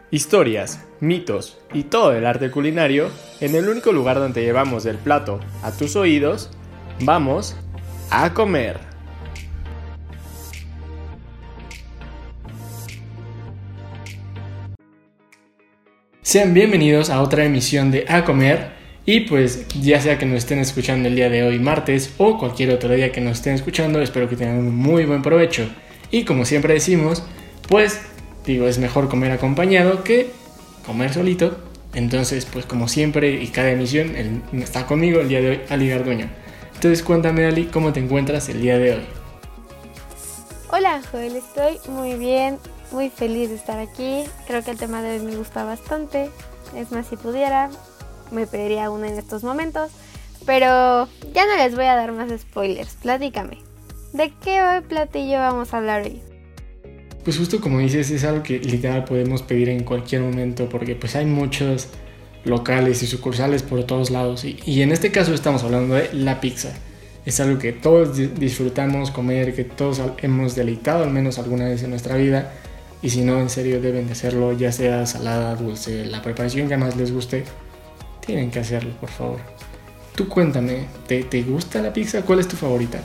Historias, mitos y todo el arte culinario en el único lugar donde llevamos del plato a tus oídos. Vamos a comer. Sean bienvenidos a otra emisión de A Comer. Y pues ya sea que nos estén escuchando el día de hoy martes o cualquier otro día que nos estén escuchando, espero que tengan un muy buen provecho. Y como siempre decimos, pues es mejor comer acompañado que comer solito. Entonces pues como siempre y cada emisión está conmigo el día de hoy Ali Garduño. Entonces cuéntame, Ali, ¿cómo te encuentras el día de hoy? Hola Joel, estoy muy bien, muy feliz de estar aquí. Creo que el tema de hoy me gusta bastante. Es más, si pudiera me pediría uno en estos momentos, pero ya no les voy a dar más spoilers. Platícame, ¿de qué platillo vamos a hablar hoy? Pues justo como dices, es algo que literal podemos pedir en cualquier momento, porque pues hay muchos locales y sucursales por todos lados, y en este caso estamos hablando de la pizza. Es algo que todos disfrutamos comer, que todos hemos deleitado al menos alguna vez en nuestra vida, y si no, en serio deben de hacerlo, ya sea salada, dulce, la preparación que más les guste. Tienen que hacerlo, por favor. Tú cuéntame, ¿te gusta la pizza? ¿Cuál es tu favorita?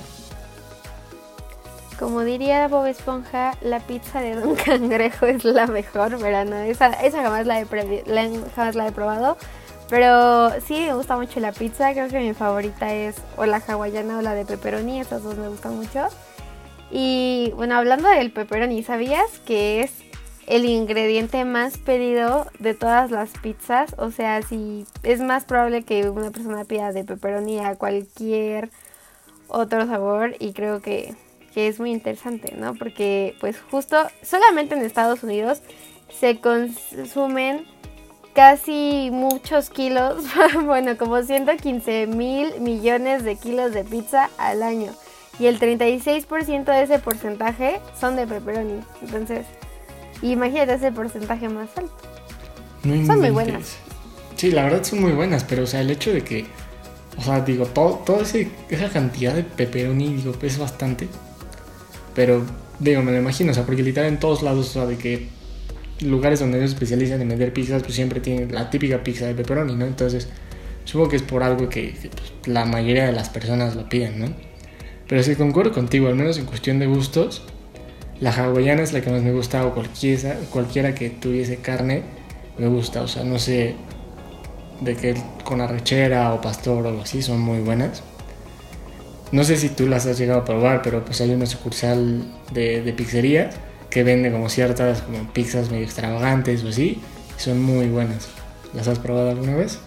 Como diría Bob Esponja, la pizza de Don Cangrejo es la mejor, pero no, esa jamás la he probado. Pero sí, me gusta mucho la pizza. Creo que mi favorita es o la hawaiana o la de pepperoni. Esas dos me gustan mucho. Y bueno, hablando del pepperoni, ¿sabías que es el ingrediente más pedido de todas las pizzas? O sea, si es más probable que una persona pida de pepperoni a cualquier otro sabor, y creo que es muy interesante, ¿no? Porque pues justo solamente en Estados Unidos se consumen casi muchos kilos, bueno, como 115,000 millones de kilos de pizza al año, y el 36% de ese porcentaje son de pepperoni. Entonces imagínate ese porcentaje más alto. No son muy buenas. Sí, la verdad son muy buenas, pero o sea, el hecho de que, o sea, digo, toda esa cantidad de pepperoni, digo, es bastante. Pero, digo, me lo imagino, o sea, porque literal en todos lados, o sea, de que lugares donde ellos se especializan en vender pizzas, pues siempre tienen la típica pizza de pepperoni, ¿no? Entonces, supongo que es por algo que pues, la mayoría de las personas lo piden, ¿no? Pero sí concuerdo contigo, al menos en cuestión de gustos. La hawaiana es la que más me gusta, o cualquiera que tuviese carne me gusta. O sea, no sé, de que con arrachera o pastor o algo así son muy buenas. No sé si tú las has llegado a probar, pero pues hay una sucursal de pizzería que vende como ciertas como pizzas medio extravagantes o así, y son muy buenas. ¿Las has probado alguna vez?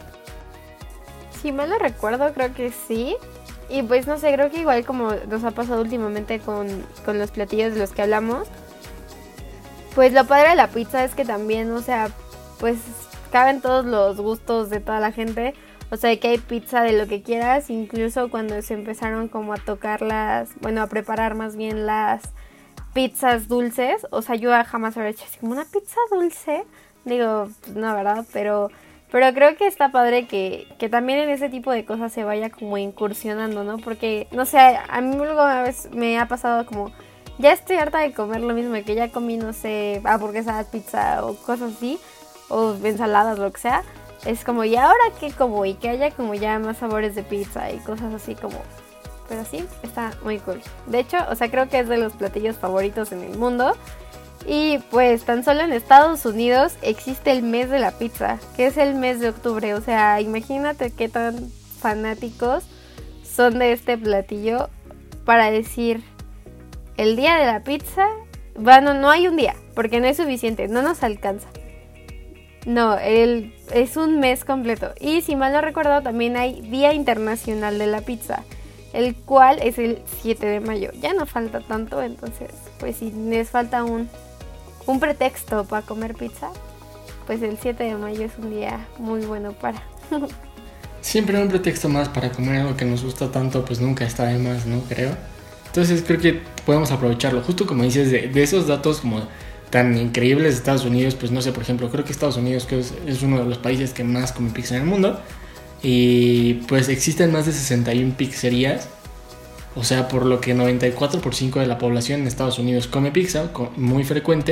Si mal no recuerdo, creo que sí. Y pues no sé, creo que igual como nos ha pasado últimamente con los platillos de los que hablamos, pues lo padre de la pizza es que también, o sea, pues caben todos los gustos de toda la gente. O sea, que hay pizza de lo que quieras, incluso cuando se empezaron como a tocar a preparar más bien las pizzas dulces. O sea, yo jamás habría hecho así como una pizza dulce. Digo, pues no, ¿verdad? Pero creo que está padre que también en ese tipo de cosas se vaya como incursionando, ¿no? Porque, no sé, a mí alguna vez me ha pasado como, ya estoy harta de comer lo mismo, que ya comí, no sé, hamburguesas, pizza o cosas así, o ensaladas, lo que sea. Es como, ¿y ahora qué como? Y que haya como ya más sabores de pizza y cosas así como... Pero sí, está muy cool. De hecho, o sea, creo que es de los platillos favoritos en el mundo. Y pues tan solo en Estados Unidos existe el mes de la pizza, que es el mes de octubre. O sea, imagínate qué tan fanáticos son de este platillo para decir el día de la pizza. Bueno, no hay un día, porque no es suficiente, no nos alcanza. No, es un mes completo. Y si mal no recuerdo, también hay Día Internacional de la Pizza, el cual es el 7 de mayo. Ya no falta tanto, entonces, pues si les falta un pretexto para comer pizza, pues el 7 de mayo es un día muy bueno para... Siempre un pretexto más para comer algo que nos gusta tanto, pues nunca está de más, ¿no? Creo. Entonces creo que podemos aprovecharlo. Justo como dices, de esos datos como tan increíbles de Estados Unidos, pues no sé, por ejemplo, creo que Estados Unidos es uno de los países que más come pizza en el mundo, y pues existen más de 61 pizzerías, o sea, por lo que 94% de la población en Estados Unidos come pizza, muy frecuente,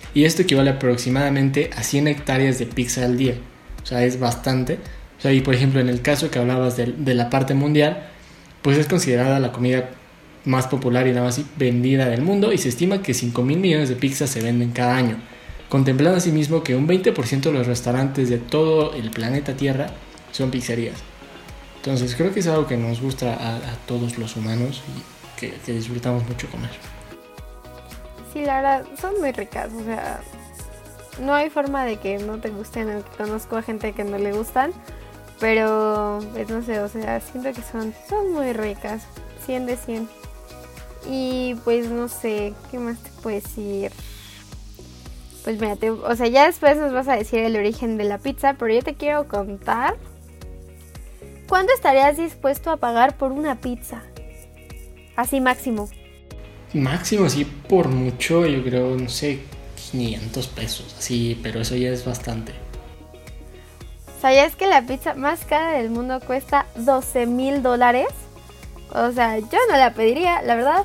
y esto equivale aproximadamente a 100 hectáreas de pizza al día. O sea, es bastante. O sea, y por ejemplo, en el caso que hablabas de la parte mundial, pues es considerada la comida más popular y la más vendida del mundo, y se estima que 5,000 millones de pizzas se venden cada año, contemplando asimismo que un 20% de los restaurantes de todo el planeta Tierra son pizzerías. Entonces creo que es algo que nos gusta a todos los humanos y que disfrutamos mucho comer. Sí, la verdad, son muy ricas, o sea, no hay forma de que no te gusten, aunque conozco a gente que no le gustan, pero pues no sé, o sea, siento que son muy ricas, 100 de 100. Y pues no sé, ¿qué más te puedo decir? Pues mira, o sea, ya después nos vas a decir el origen de la pizza, pero yo te quiero contar ¿cuánto estarías dispuesto a pagar por una pizza? Así máximo. Máximo, así por mucho, yo creo, no sé, 500 pesos, así, pero eso ya es bastante. ¿Sabías que la pizza más cara del mundo cuesta $12,000? O sea, yo no la pediría, la verdad.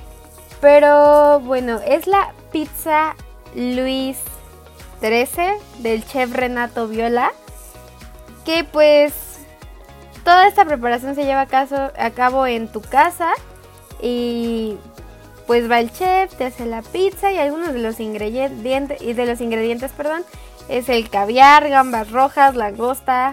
Pero bueno, es la pizza Luis XIII del chef Renato Viola. Que pues toda esta preparación se lleva a cabo en tu casa. Y pues va el chef, te hace la pizza y algunos de los ingredientes, es el caviar, gambas rojas, langosta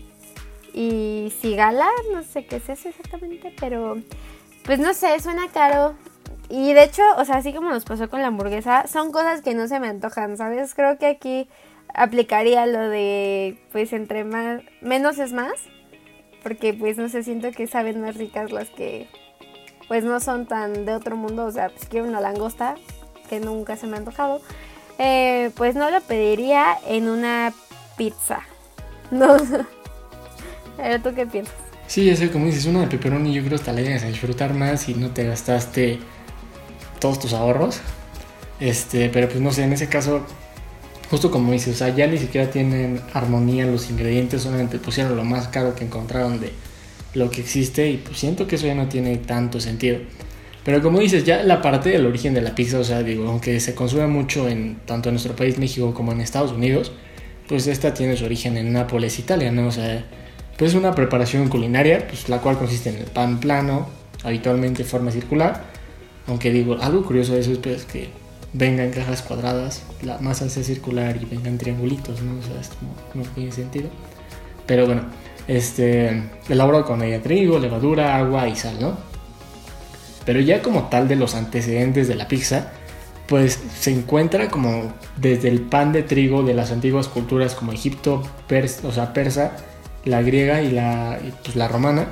y cigala, no sé qué es eso exactamente, pero pues no sé, suena caro. Y de hecho, o sea, así como nos pasó con la hamburguesa, son cosas que no se me antojan, ¿sabes? Creo que aquí aplicaría lo de, pues menos es más, porque pues no sé, siento que saben más ricas las que pues no son tan de otro mundo. O sea, pues quiero una langosta, que nunca se me ha antojado, pues no lo pediría en una pizza. No, pero ¿tú qué piensas? Sí, ya sé, como dices, una de pepperoni yo creo que hasta la llegas a disfrutar más y no te gastaste todos tus ahorros. Pero pues no sé, en ese caso, justo como dices, o sea, ya ni siquiera tienen armonía los ingredientes, solamente pusieron lo más caro que encontraron de lo que existe y pues siento que eso ya no tiene tanto sentido. Pero como dices, ya la parte del origen de la pizza, o sea, digo, aunque se consume mucho tanto en nuestro país, México, como en Estados Unidos, pues esta tiene su origen en Nápoles, Italia, ¿no? O sea, pues es una preparación culinaria, pues la cual consiste en el pan plano, habitualmente en forma circular, aunque digo, algo curioso de eso es pues que venga en cajas cuadradas, la masa sea circular y vengan triangulitos, ¿no? O sea, esto no tiene sentido. Pero bueno, elaborado con harina de trigo, levadura, agua y sal, ¿no? Pero ya como tal de los antecedentes de la pizza, pues se encuentra como desde el pan de trigo de las antiguas culturas como Egipto, persa, la griega y la romana.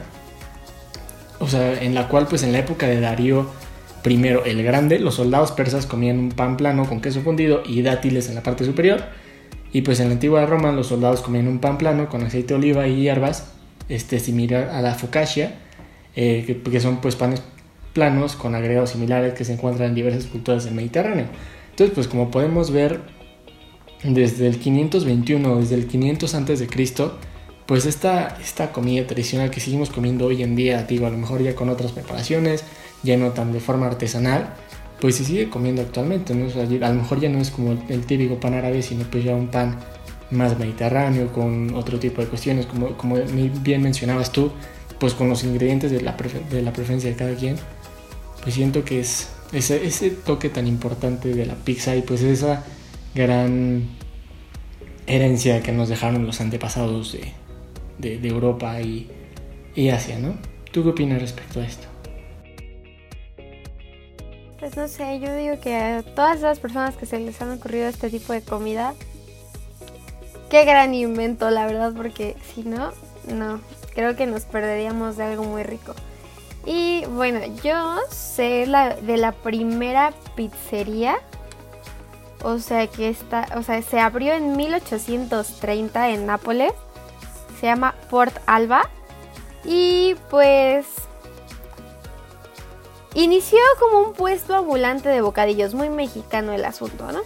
O sea, en la cual pues en la época de Darío I el Grande, los soldados persas comían un pan plano con queso fundido y dátiles en la parte superior. Y pues en la antigua Roma los soldados comían un pan plano con aceite de oliva y hierbas, similar a la focaccia, que son pues panes planos con agregados similares que se encuentran en diversas culturas del Mediterráneo. Entonces, pues como podemos ver, desde el 521, desde el 500 a.C., pues esta comida tradicional que seguimos comiendo hoy en día, digo, a lo mejor ya con otras preparaciones, ya no tan de forma artesanal, pues se sigue comiendo actualmente, ¿no? O sea, a lo mejor ya no es como el típico pan árabe, sino pues ya un pan más mediterráneo, con otro tipo de cuestiones, como bien mencionabas tú, pues con los ingredientes de la preferencia de cada quien. Pues siento que es ese toque tan importante de la pizza y pues esa gran herencia que nos dejaron los antepasados de Europa y Asia, ¿no? ¿Tú qué opinas respecto a esto? Pues no sé, yo digo que a todas las personas que se les han ocurrido este tipo de comida, qué gran invento, la verdad, porque si no, creo que nos perderíamos de algo muy rico. Y bueno, yo sé de la primera pizzería, o sea que se abrió en 1830 en Nápoles, se llama Port Alba y pues inició como un puesto ambulante de bocadillos, muy mexicano el asunto, ¿no?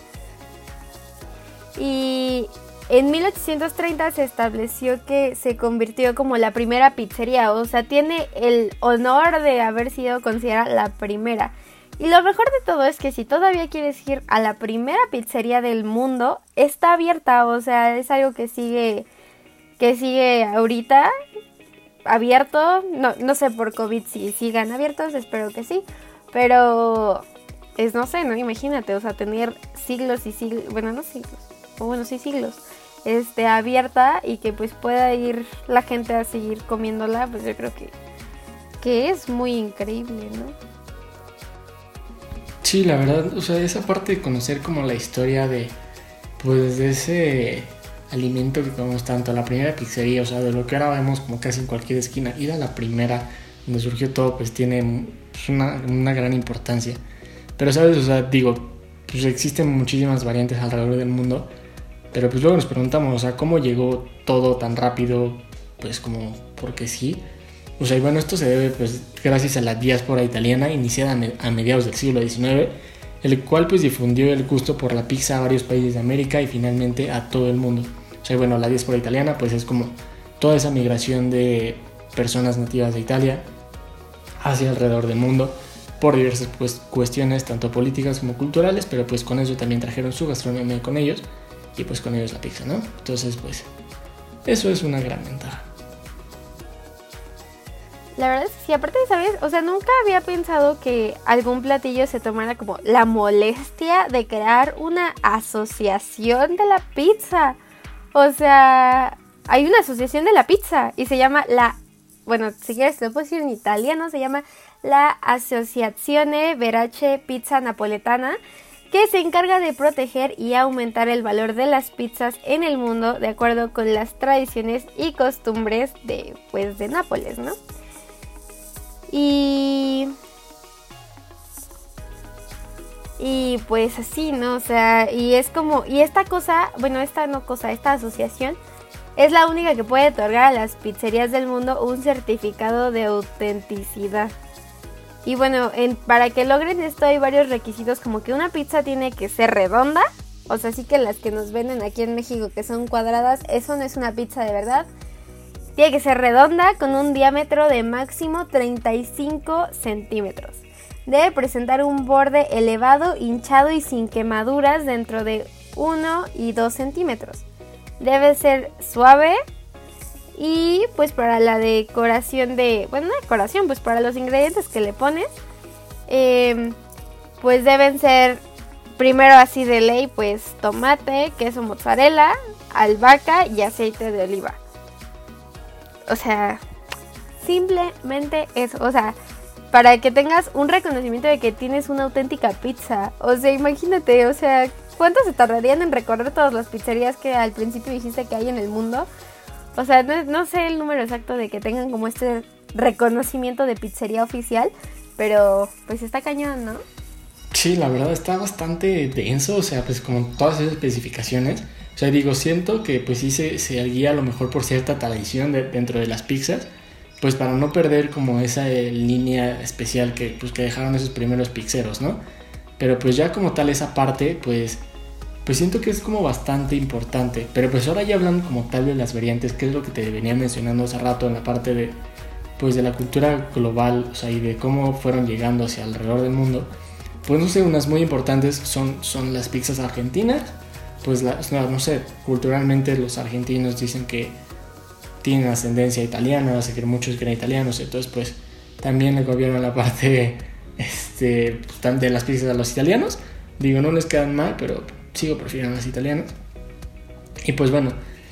Y en 1830 se estableció que se convirtió como la primera pizzería, o sea, tiene el honor de haber sido considerada la primera. Y lo mejor de todo es que si todavía quieres ir a la primera pizzería del mundo, está abierta, o sea, es algo que sigue ahorita abierto. No sé por COVID si sigan abiertos, espero que sí, pero no sé, ¿no? Imagínate, o sea, tener siglos y siglos, bueno, no siglos, o bueno, sí siglos, abierta y que pues pueda ir la gente a seguir comiéndola, pues yo creo que es muy increíble, ¿no? Sí, la verdad, o sea, esa parte de conocer como la historia de, pues, de ese alimento que comemos tanto, la primera pizzería, o sea, de lo que ahora vemos como casi en cualquier esquina, ir a la primera donde surgió todo, pues tiene una gran importancia. Pero, ¿sabes? O sea, digo, pues existen muchísimas variantes alrededor del mundo, pero pues luego nos preguntamos, o sea, ¿cómo llegó todo tan rápido? Pues como, porque sí. O sea, y bueno, esto se debe pues gracias a la diáspora italiana iniciada a mediados del siglo XIX, el cual pues difundió el gusto por la pizza a varios países de América y finalmente a todo el mundo. O sea, bueno, la diáspora italiana pues es como toda esa migración de personas nativas de Italia hacia alrededor del mundo por diversas pues cuestiones tanto políticas como culturales, pero pues con eso también trajeron su gastronomía con ellos y pues con ellos la pizza, ¿no? Entonces pues eso es una gran ventaja. La verdad es que sí, aparte, ¿sabes? O sea, nunca había pensado que algún platillo se tomara como la molestia de crear una asociación de la pizza. O sea, hay una asociación de la pizza y se llama bueno, si quieres lo puedo decir en italiano, se llama la Associazione Verace Pizza Napoletana, que se encarga de proteger y aumentar el valor de las pizzas en el mundo de acuerdo con las tradiciones y costumbres de Nápoles, ¿no? Y pues así, ¿no? O sea, y es como, y esta asociación es la única que puede otorgar a las pizzerías del mundo un certificado de autenticidad. Y bueno, para que logren esto hay varios requisitos, como que una pizza tiene que ser redonda, o sea, sí que las que nos venden aquí en México que son cuadradas, eso no es una pizza de verdad. Tiene que ser redonda con un diámetro de máximo 35 centímetros. Debe presentar un borde elevado, hinchado y sin quemaduras dentro de 1 y 2 centímetros. Debe ser suave y pues para la decoración pues para los ingredientes que le pones, pues deben ser primero así de ley, pues tomate, queso mozzarella, albahaca y aceite de oliva. O sea, simplemente eso, o sea, para que tengas un reconocimiento de que tienes una auténtica pizza. O sea, imagínate, o sea, ¿cuánto se tardarían en recorrer todas las pizzerías que al principio dijiste que hay en el mundo? O sea, no sé el número exacto de que tengan como este reconocimiento de pizzería oficial, pero pues está cañón, ¿no? Sí, la verdad está bastante denso, o sea, pues como todas esas especificaciones. O sea, digo, siento que pues sí se guía a lo mejor por cierta tradición dentro de las pizzas, pues para no perder como esa línea especial que dejaron esos primeros pizzeros, ¿no? Pero pues ya como tal esa parte, pues siento que es como bastante importante. Pero pues ahora ya hablando como tal de las variantes, que es lo que te venía mencionando hace rato en la parte de la cultura global, o sea, y de cómo fueron llegando hacia alrededor del mundo. Pues no sé, unas muy importantes son las pizzas argentinas. Pues no sé, culturalmente los argentinos dicen que tienen ascendencia italiana, sé que muchos que eran italianos, entonces pues también le gobiernan la parte de las pizzas a los italianos. Digo, no les quedan mal, pero sigo prefiriendo a las italianas. Y pues bueno,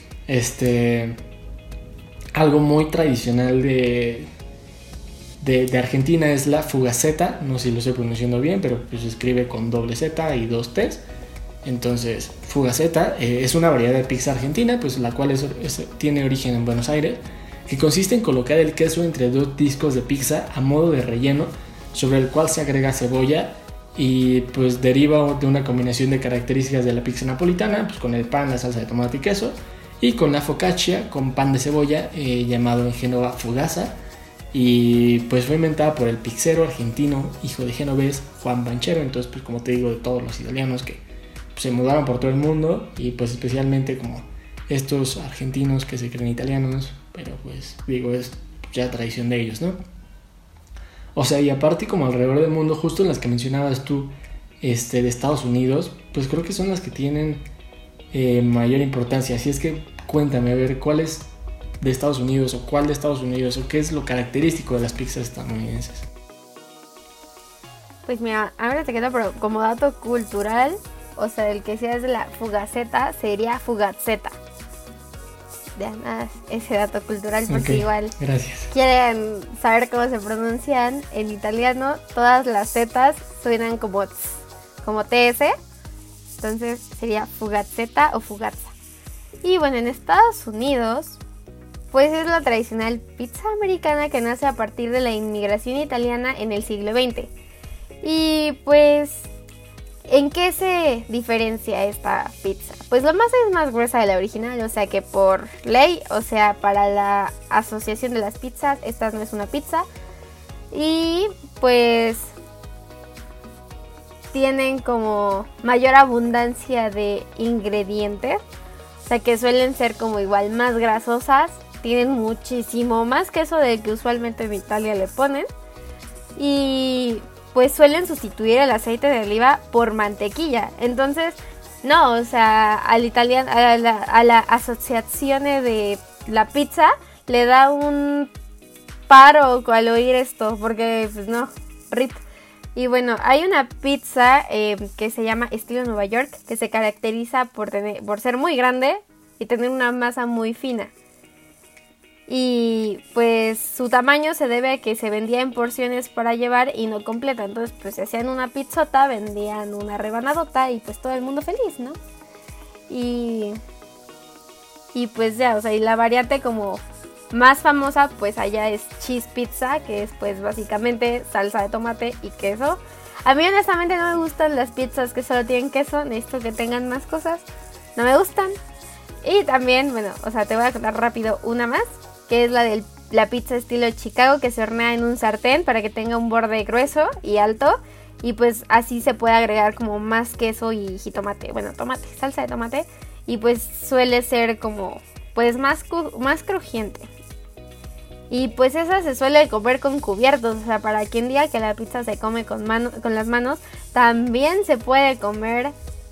algo muy tradicional de Argentina es la fugaceta, no sé si lo estoy pronunciando bien, pero pues se escribe con doble Z y dos T's. Entonces, fugaceta es una variedad de pizza argentina, pues la cual tiene origen en Buenos Aires, que consiste en colocar el queso entre dos discos de pizza a modo de relleno, sobre el cual se agrega cebolla y pues deriva de una combinación de características de la pizza napolitana, pues con el pan, la salsa de tomate y queso, y con la focaccia con pan de cebolla, llamado en Génova fugaza, y pues fue inventada por el pizzero argentino, hijo de genovés, Juan Banchero. Entonces pues como te digo, de todos los italianos que se mudaron por todo el mundo, y pues especialmente como estos argentinos que se creen italianos, pero pues digo, es ya tradición de ellos, ¿no? O sea, y aparte como alrededor del mundo, justo en las que mencionabas tú, de Estados Unidos, pues creo que son las que tienen mayor importancia. Así es que cuéntame, a ver, ¿cuál es de Estados Unidos o cuál de Estados Unidos o qué es lo característico de las pizzas estadounidenses? Pues mira, ahora te quedo, pero como dato cultural, o sea, el que sea es de la Fugaceta sería Fugazzetta. Ya nada, ese dato cultural, porque Okay, igual gracias. quieren saber cómo se pronuncian. En italiano todas las zetas suenan como ts, como ts, entonces sería Fugazzetta o Fugazza. Y bueno, en Estados Unidos, pues es la tradicional pizza americana que nace a partir de la inmigración italiana en el siglo XX. Y pues, ¿en qué se diferencia esta pizza? Pues la masa es más gruesa de la original, o sea que por ley, o sea, para la Asociación de las Pizzas, esta no es una pizza. Y pues tienen como mayor abundancia de ingredientes, o sea que suelen ser como igual más grasosas, tienen muchísimo más queso del que usualmente en Italia le ponen. Y pues suelen sustituir el aceite de oliva por mantequilla. Entonces, no, o sea, al italiano, a la asociación de la pizza le da un paro al oír esto, porque pues no, rip. Y bueno, hay una pizza que se llama estilo Nueva York, que se caracteriza por ser muy grande y tener una masa muy fina. Y pues su tamaño se debe a que se vendía en porciones para llevar y no completa. Entonces pues se hacían una pizzota, vendían una rebanadota y pues todo el mundo feliz, ¿no? Y pues ya, o sea, y la variante como más famosa pues allá es cheese pizza, que es pues básicamente salsa de tomate y queso. A mí honestamente no me gustan las pizzas que solo tienen queso, necesito que tengan más cosas, no me gustan. Y también, bueno, o sea, te voy a contar rápido una más, que es la pizza estilo Chicago, que se hornea en un sartén para que tenga un borde grueso y alto. Y pues así se puede agregar como más queso y jitomate. Bueno, tomate, salsa de tomate. Y pues suele ser como pues más crujiente. Y pues esa se suele comer con cubiertos. O sea, para quien diga que la pizza se come con las manos, también se puede comer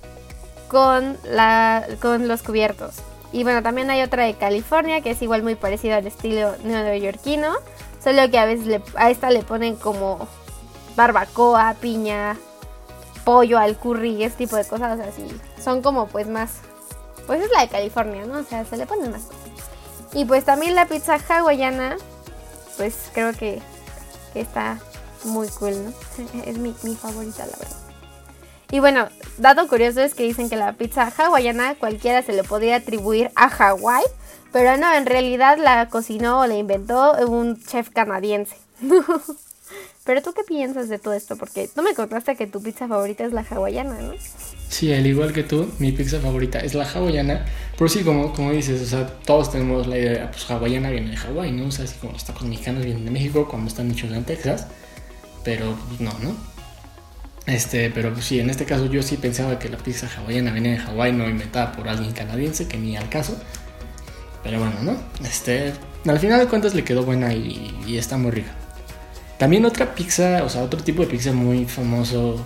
con los cubiertos. Y bueno, también hay otra de California, que es igual muy parecida al estilo neoyorquino, solo que a veces a esta le ponen como barbacoa, piña, pollo al curry, ese tipo de cosas así. Son como pues más, pues es la de California, ¿no? O sea, se le ponen más cosas. Y pues también la pizza hawaiana, pues creo que está muy cool, ¿no? Es mi favorita, la verdad. Y bueno, dato curioso es que dicen que la pizza hawaiana cualquiera se le podría atribuir a Hawái, pero no, en realidad la cocinó o la inventó un chef canadiense. Pero ¿tú qué piensas de todo esto? Porque tú me contaste que tu pizza favorita es la hawaiana, ¿no? Sí, al igual que tú, mi pizza favorita es la hawaiana, pero sí, como dices, o sea, todos tenemos la idea, pues hawaiana viene de Hawái, ¿no? O sea, así como los tacos mexicanos vienen de México cuando están hechos en Texas, pero pues no, ¿no? Pero pues, sí, en este caso yo sí pensaba que la pizza hawaiana venía de Hawái, no inventada por alguien canadiense, que ni al caso. Pero bueno, ¿no? Al final de cuentas le quedó buena y está muy rica. También otra pizza, o sea, otro tipo de pizza muy famoso,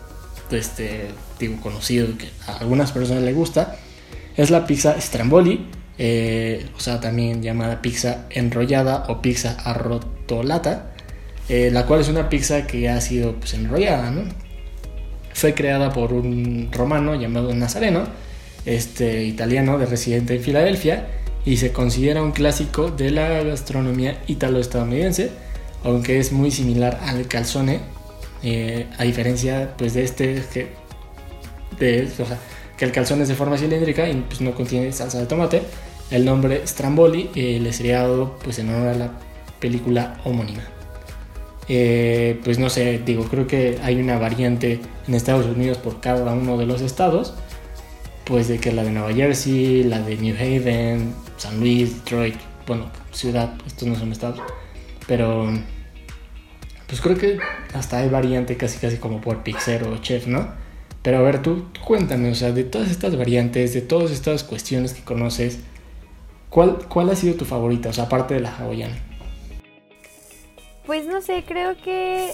conocido, que a algunas personas les gusta, es la pizza Stromboli, o sea, también llamada pizza enrollada o pizza arrotolata, la cual es una pizza que ha sido pues enrollada, ¿no? Fue creada por un romano llamado Nazareno, italiano de residente en Filadelfia, y se considera un clásico de la gastronomía italo-estadounidense, aunque es muy similar al calzone, a diferencia pues que el calzone es de forma cilíndrica y pues no contiene salsa de tomate. El nombre Stromboli le sería dado pues en honor a la película homónima. Pues no sé, creo que hay una variante en Estados Unidos por cada uno de los estados, pues de que la de Nueva Jersey, la de New Haven, San Luis, Detroit, bueno, ciudad, estos no son estados, pero pues creo que hasta hay variante casi como por pizzero o chef, ¿no? Pero a ver, tú cuéntame, o sea, de todas estas variantes, de todas estas cuestiones que conoces, ¿cuál ha sido tu favorita? O sea, aparte de la hawaiana. Pues no sé, creo que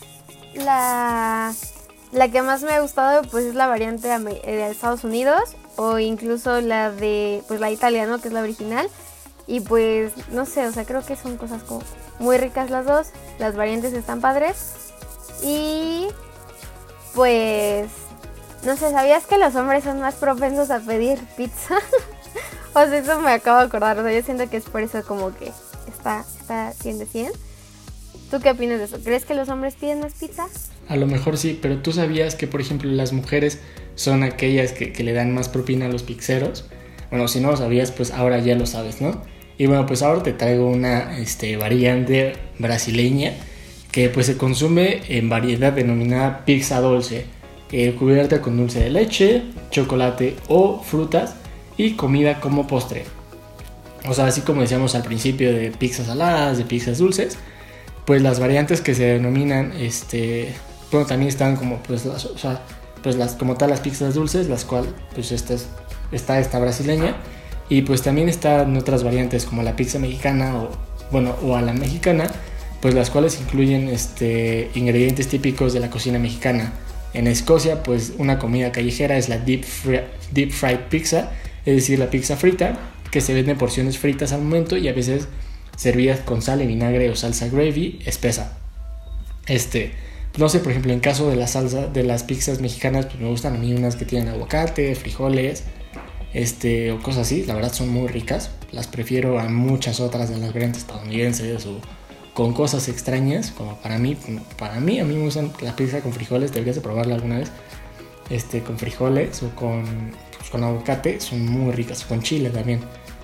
la que más me ha gustado pues es la variante de Estados Unidos, o incluso la de pues la italiana, que es la original. Y pues no sé, o sea, creo que son cosas como muy ricas las dos. Las variantes están padres. Y pues no sé, ¿sabías que los hombres son más propensos a pedir pizza? O sea, eso me acabo de acordar. O sea, yo siento que es por eso como que está 100 de 100. ¿Tú qué opinas de eso? ¿Crees que los hombres piden más pizza? A lo mejor sí, pero ¿tú sabías que, por ejemplo, las mujeres son aquellas que le dan más propina a los pizzeros? Bueno, si no lo sabías, pues ahora ya lo sabes, ¿no? Y bueno, pues ahora te traigo una variante brasileña que pues se consume en variedad denominada pizza dulce, cubierta con dulce de leche, chocolate o frutas y comida como postre. O sea, así como decíamos al principio de pizzas saladas, de pizzas dulces, pues las variantes que se denominan, bueno, también están como pues las como tal las pizzas dulces, las cuales pues está esta brasileña, y pues también están otras variantes como la pizza mexicana o a la mexicana, pues las cuales incluyen ingredientes típicos de la cocina mexicana. En Escocia, pues una comida callejera es la deep fried pizza, es decir, la pizza frita, que se vende en porciones fritas al momento y a veces servidas con sal y vinagre o salsa gravy espesa. No sé, por ejemplo, en caso de la salsa de las pizzas mexicanas, pues me gustan a mí unas que tienen aguacate, frijoles, o cosas así. La verdad son muy ricas. Las prefiero a muchas otras de las variantes estadounidenses o con cosas extrañas, como para mí a mí me gustan la pizza con frijoles. Deberías de probarla alguna vez. Con frijoles o con aguacate, son muy ricas, con chile también.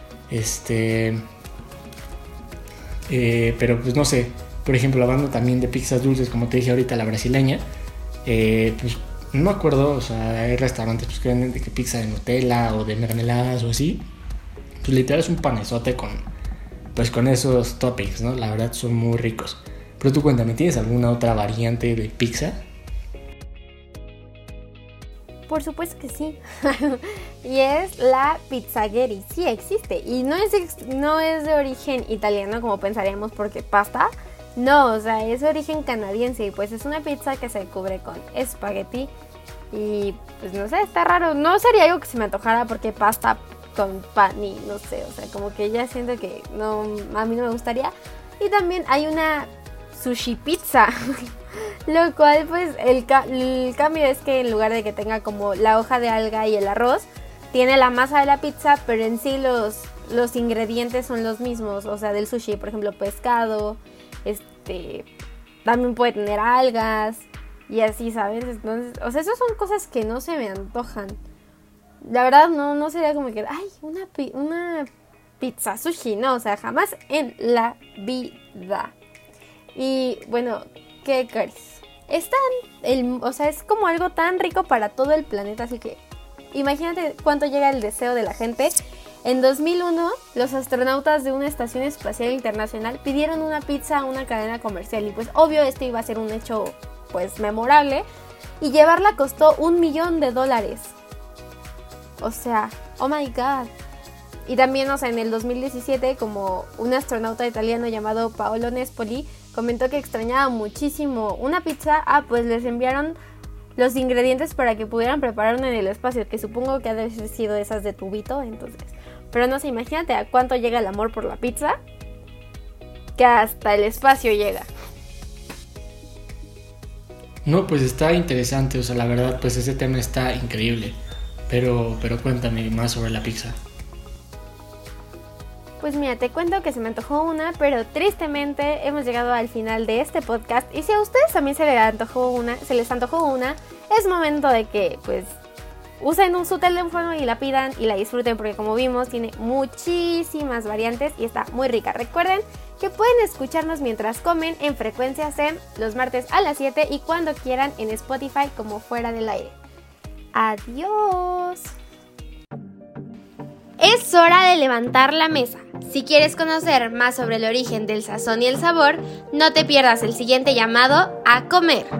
Pero pues no sé, por ejemplo, hablando también de pizzas dulces, como te dije ahorita, la brasileña, pues no me acuerdo, o sea, hay restaurantes pues, que venden de que pizza de Nutella o de mermeladas o así, pues literal es un panezote con esos toppings, ¿no? La verdad son muy ricos. Pero tú cuéntame, ¿tienes alguna otra variante de pizza? Por supuesto que sí. Y es la pizzagheri. Sí existe. Y no es de origen italiano como pensaríamos porque pasta. No, o sea, es de origen canadiense. Y pues es una pizza que se cubre con espagueti. Y pues no sé, está raro. No sería algo que se me antojara porque pasta con pan y no sé. O sea, como que ya siento que no, a mí no me gustaría. Y también hay una sushi pizza. Lo cual pues el cambio es que en lugar de que tenga como la hoja de alga y el arroz, tiene la masa de la pizza, pero en sí los ingredientes son los mismos. O sea, del sushi, por ejemplo, pescado, también puede tener algas y así, ¿sabes? Entonces, o sea, esas son cosas que no se me antojan. La verdad no sería como que, ay, una pizza sushi, no, o sea, jamás en la vida. Y bueno, ¿qué crees? O sea, es como algo tan rico para todo el planeta, así que imagínate cuánto llega el deseo de la gente. En 2001, los astronautas de una estación espacial internacional pidieron una pizza a una cadena comercial y pues obvio esto iba a ser un hecho pues memorable y llevarla costó $1 millón. O sea, oh my god. Y también, o sea, en el 2017, como un astronauta italiano llamado Paolo Nespoli comentó que extrañaba muchísimo una pizza, pues les enviaron los ingredientes para que pudieran preparar una en el espacio, que supongo que ha de haber sido esas de tubito, entonces. Pero no sé, imagínate a cuánto llega el amor por la pizza, que hasta el espacio llega. No, pues está interesante, o sea, la verdad, pues ese tema está increíble. Pero cuéntame más sobre la pizza. Pues mira, te cuento que se me antojó una, pero tristemente hemos llegado al final de este podcast. Y si a ustedes también se les antojó una, es momento de que pues usen su teléfono y la pidan y la disfruten, porque como vimos tiene muchísimas variantes y está muy rica. Recuerden que pueden escucharnos mientras comen en Frecuencia Zen los martes a las 7 y cuando quieran en Spotify como Fuera del Aire. ¡Adiós! Es hora de levantar la mesa. Si quieres conocer más sobre el origen del sazón y el sabor, no te pierdas el siguiente llamado a comer.